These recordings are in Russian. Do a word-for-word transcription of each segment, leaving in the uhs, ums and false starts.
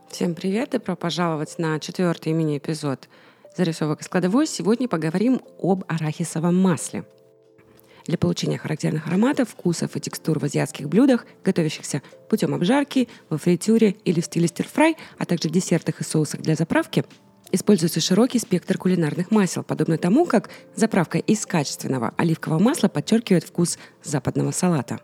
Всем привет! Добро пожаловать на четвертый мини-эпизод «Зарисовок из кладовой». Сегодня поговорим об арахисовом масле. Для получения характерных ароматов, вкусов и текстур в азиатских блюдах, готовящихся путем обжарки, во фритюре или в стиле стир-фрай, а также в десертах и соусах для заправки, используется широкий спектр кулинарных масел, подобно тому, как заправка из качественного оливкового масла подчеркивает вкус западного салата.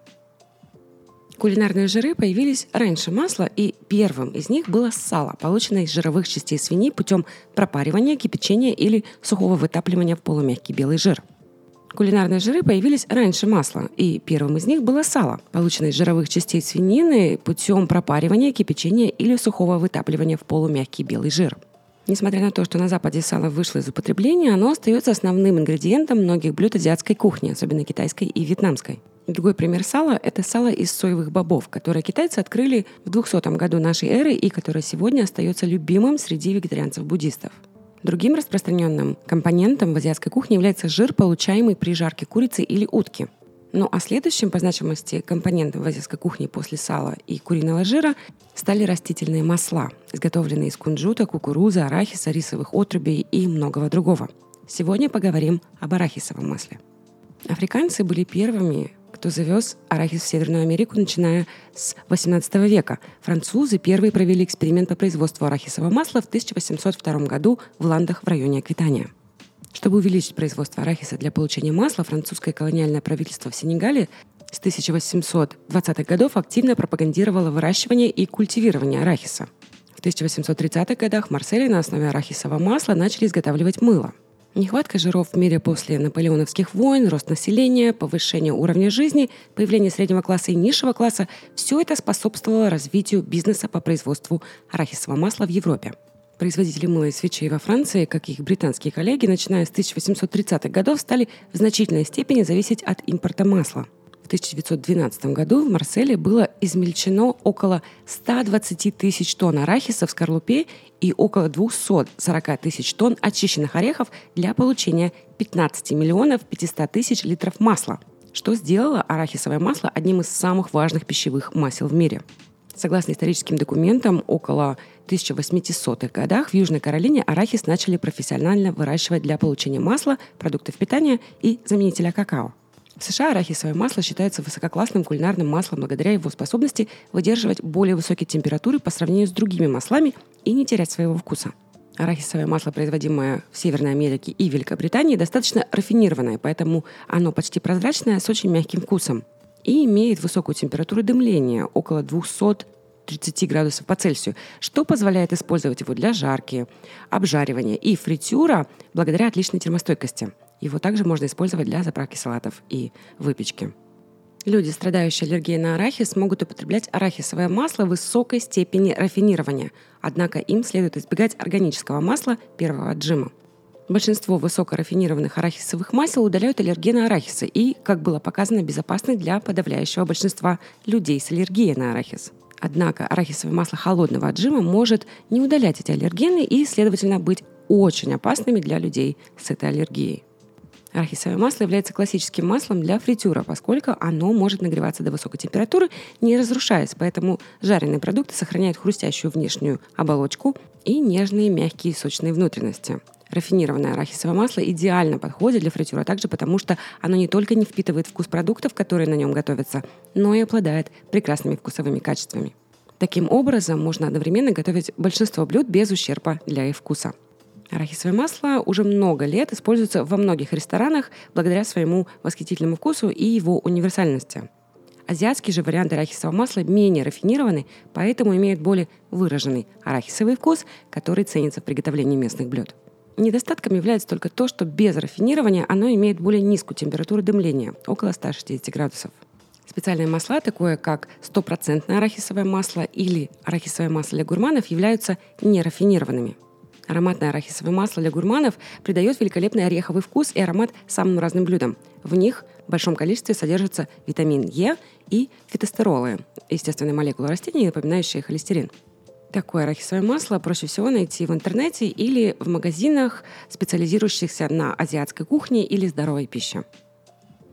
Кулинарные жиры появились раньше масла, и первым из них было сало, полученное из жировых частей свиньи путем пропаривания, кипячения или сухого вытапливания в полумягкий белый жир. Кулинарные жиры появились раньше масла, и первым из них было сало, полученное из жировых частей свинины путем пропаривания, кипячения или сухого вытапливания в полумягкий белый жир. Несмотря на то, что на Западе сало вышло из употребления, оно остается основным ингредиентом многих блюд азиатской кухни, особенно китайской и вьетнамской. Другой пример сала – это сало из соевых бобов, которое китайцы открыли в двухсотом году нашей эры и которое сегодня остается любимым среди вегетарианцев-буддистов. Другим распространенным компонентом в азиатской кухне является жир, получаемый при жарке курицы или утки. Ну а следующим по значимости компонентом в азиатской кухне после сала и куриного жира стали растительные масла, изготовленные из кунжута, кукурузы, арахиса, рисовых отрубей и многого другого. Сегодня поговорим об арахисовом масле. Африканцы были первыми, кто завез арахис в Северную Америку, начиная с восемнадцатого века. Французы первые провели эксперимент по производству арахисового масла в тысяча восемьсот втором году в Ландах в районе Аквитания. Чтобы увеличить производство арахиса для получения масла, французское колониальное правительство в Сенегале с тысяча восемьсот двадцатых годов активно пропагандировало выращивание и культивирование арахиса. В тысяча восемьсот тридцатых годах в Марселе на основе арахисового масла начали изготавливать мыло. Нехватка жиров в мире после наполеоновских войн, рост населения, повышение уровня жизни, появление среднего класса и низшего класса – все это способствовало развитию бизнеса по производству арахисового масла в Европе. Производители мыла и свечей во Франции, как и их британские коллеги, начиная с тысяча восемьсот тридцатых годов, стали в значительной степени зависеть от импорта масла. В тысяча девятьсот двенадцатом году в Марселе было измельчено около ста двадцати тысяч тонн арахиса в скорлупе и около двухсот сорока тысяч тонн очищенных орехов для получения пятнадцати миллионов пятисот тысяч литров масла, что сделало арахисовое масло одним из самых важных пищевых масел в мире. Согласно историческим документам, около тысяча восьмисотых годах в Южной Каролине арахис начали профессионально выращивать для получения масла, продуктов питания и заменителя какао. В США арахисовое масло считается высококлассным кулинарным маслом благодаря его способности выдерживать более высокие температуры по сравнению с другими маслами и не терять своего вкуса. Арахисовое масло, производимое в Северной Америке и Великобритании, достаточно рафинированное, поэтому оно почти прозрачное с очень мягким вкусом и имеет высокую температуру дымления, около двухсот тридцати градусов по Цельсию, что позволяет использовать его для жарки, обжаривания и фритюра благодаря отличной термостойкости. Его также можно использовать для заправки салатов и выпечки. Люди, страдающие аллергией на арахис, могут употреблять арахисовое масло высокой степени рафинирования, однако им следует избегать органического масла первого отжима. Большинство высокорафинированных арахисовых масел удаляют аллергены арахиса и, как было показано, безопасны для подавляющего большинства людей с аллергией на арахис. Однако арахисовое масло холодного отжима может не удалять эти аллергены и, следовательно, быть очень опасными для людей с этой аллергией. Арахисовое масло является классическим маслом для фритюра, поскольку оно может нагреваться до высокой температуры, не разрушаясь, поэтому жареные продукты сохраняют хрустящую внешнюю оболочку и нежные, мягкие, сочные внутренности. Рафинированное арахисовое масло идеально подходит для фритюра также потому, что оно не только не впитывает вкус продуктов, которые на нем готовятся, но и обладает прекрасными вкусовыми качествами. Таким образом, можно одновременно готовить большинство блюд без ущерба для их вкуса. Арахисовое масло уже много лет используется во многих ресторанах благодаря своему восхитительному вкусу и его универсальности. Азиатские же варианты арахисового масла менее рафинированы, поэтому имеют более выраженный арахисовый вкус, который ценится в приготовлении местных блюд. Недостатком является только то, что без рафинирования оно имеет более низкую температуру дымления, около ста шестидесяти градусов. Специальные масла, такое как стопроцентное арахисовое масло или арахисовое масло для гурманов, являются нерафинированными. Ароматное арахисовое масло для гурманов придает великолепный ореховый вкус и аромат самым разным блюдам. В них в большом количестве содержится витамин Е и фитостеролы, естественные молекулы растений, напоминающие холестерин. Такое арахисовое масло проще всего найти в интернете или в магазинах, специализирующихся на азиатской кухне или здоровой пище.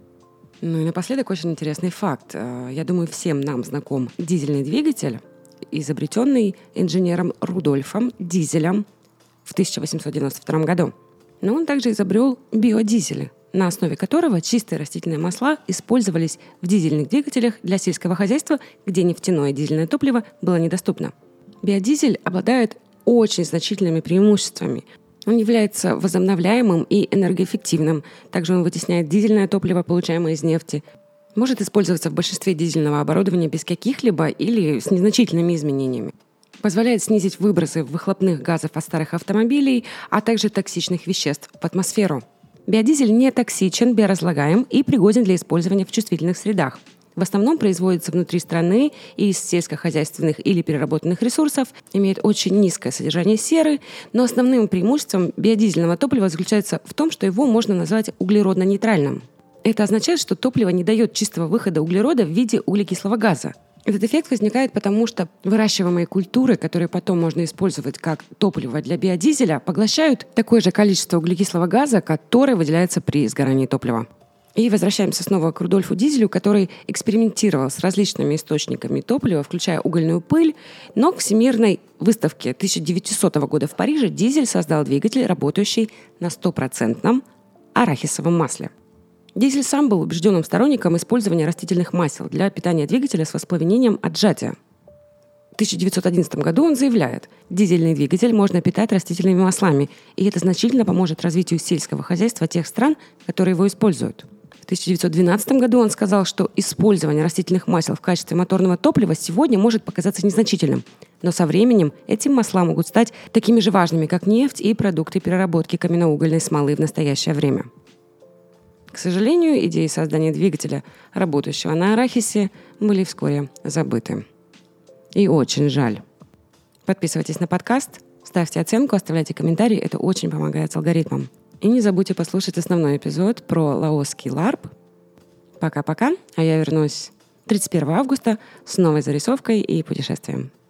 Ну и напоследок очень интересный факт. Я думаю, всем нам знаком дизельный двигатель, изобретенный инженером Рудольфом Дизелем в тысяча восемьсот девяносто втором году. Но он также изобрел биодизели, на основе которого чистые растительные масла использовались в дизельных двигателях для сельского хозяйства, где нефтяное дизельное топливо было недоступно. Биодизель обладает очень значительными преимуществами. Он является возобновляемым и энергоэффективным. Также он вытесняет дизельное топливо, получаемое из нефти. Может использоваться в большинстве дизельного оборудования без каких-либо или с незначительными изменениями. Позволяет снизить выбросы выхлопных газов от старых автомобилей, а также токсичных веществ в атмосферу. Биодизель не токсичен, биоразлагаем и пригоден для использования в чувствительных средах. В основном производится внутри страны и из сельскохозяйственных или переработанных ресурсов, имеет очень низкое содержание серы, но основным преимуществом биодизельного топлива заключается в том, что его можно назвать углеродно-нейтральным. Это означает, что топливо не дает чистого выхода углерода в виде углекислого газа. Этот эффект возникает потому, что выращиваемые культуры, которые потом можно использовать как топливо для биодизеля, поглощают такое же количество углекислого газа, которое выделяется при сгорании топлива. И возвращаемся снова к Рудольфу Дизелю, который экспериментировал с различными источниками топлива, включая угольную пыль, но к Всемирной выставке тысяча девятисотого года в Париже Дизель создал двигатель, работающий на стопроцентном арахисовом масле. Дизель сам был убежденным сторонником использования растительных масел для питания двигателя с воспламенением от сжатия. В тысяча девятьсот одиннадцатом году он заявляет, дизельный двигатель можно питать растительными маслами, и это значительно поможет развитию сельского хозяйства тех стран, которые его используют. В тысяча девятьсот двенадцатом году он сказал, что использование растительных масел в качестве моторного топлива сегодня может показаться незначительным, но со временем эти масла могут стать такими же важными, как нефть и продукты переработки каменноугольной смолы в настоящее время. К сожалению, идеи создания двигателя, работающего на арахисе, были вскоре забыты. И очень жаль. Подписывайтесь на подкаст, ставьте оценку, оставляйте комментарии, это очень помогает с алгоритмом. И не забудьте послушать основной эпизод про лаосский ларп. Пока-пока, а я вернусь тридцать первого августа с новой зарисовкой и путешествием.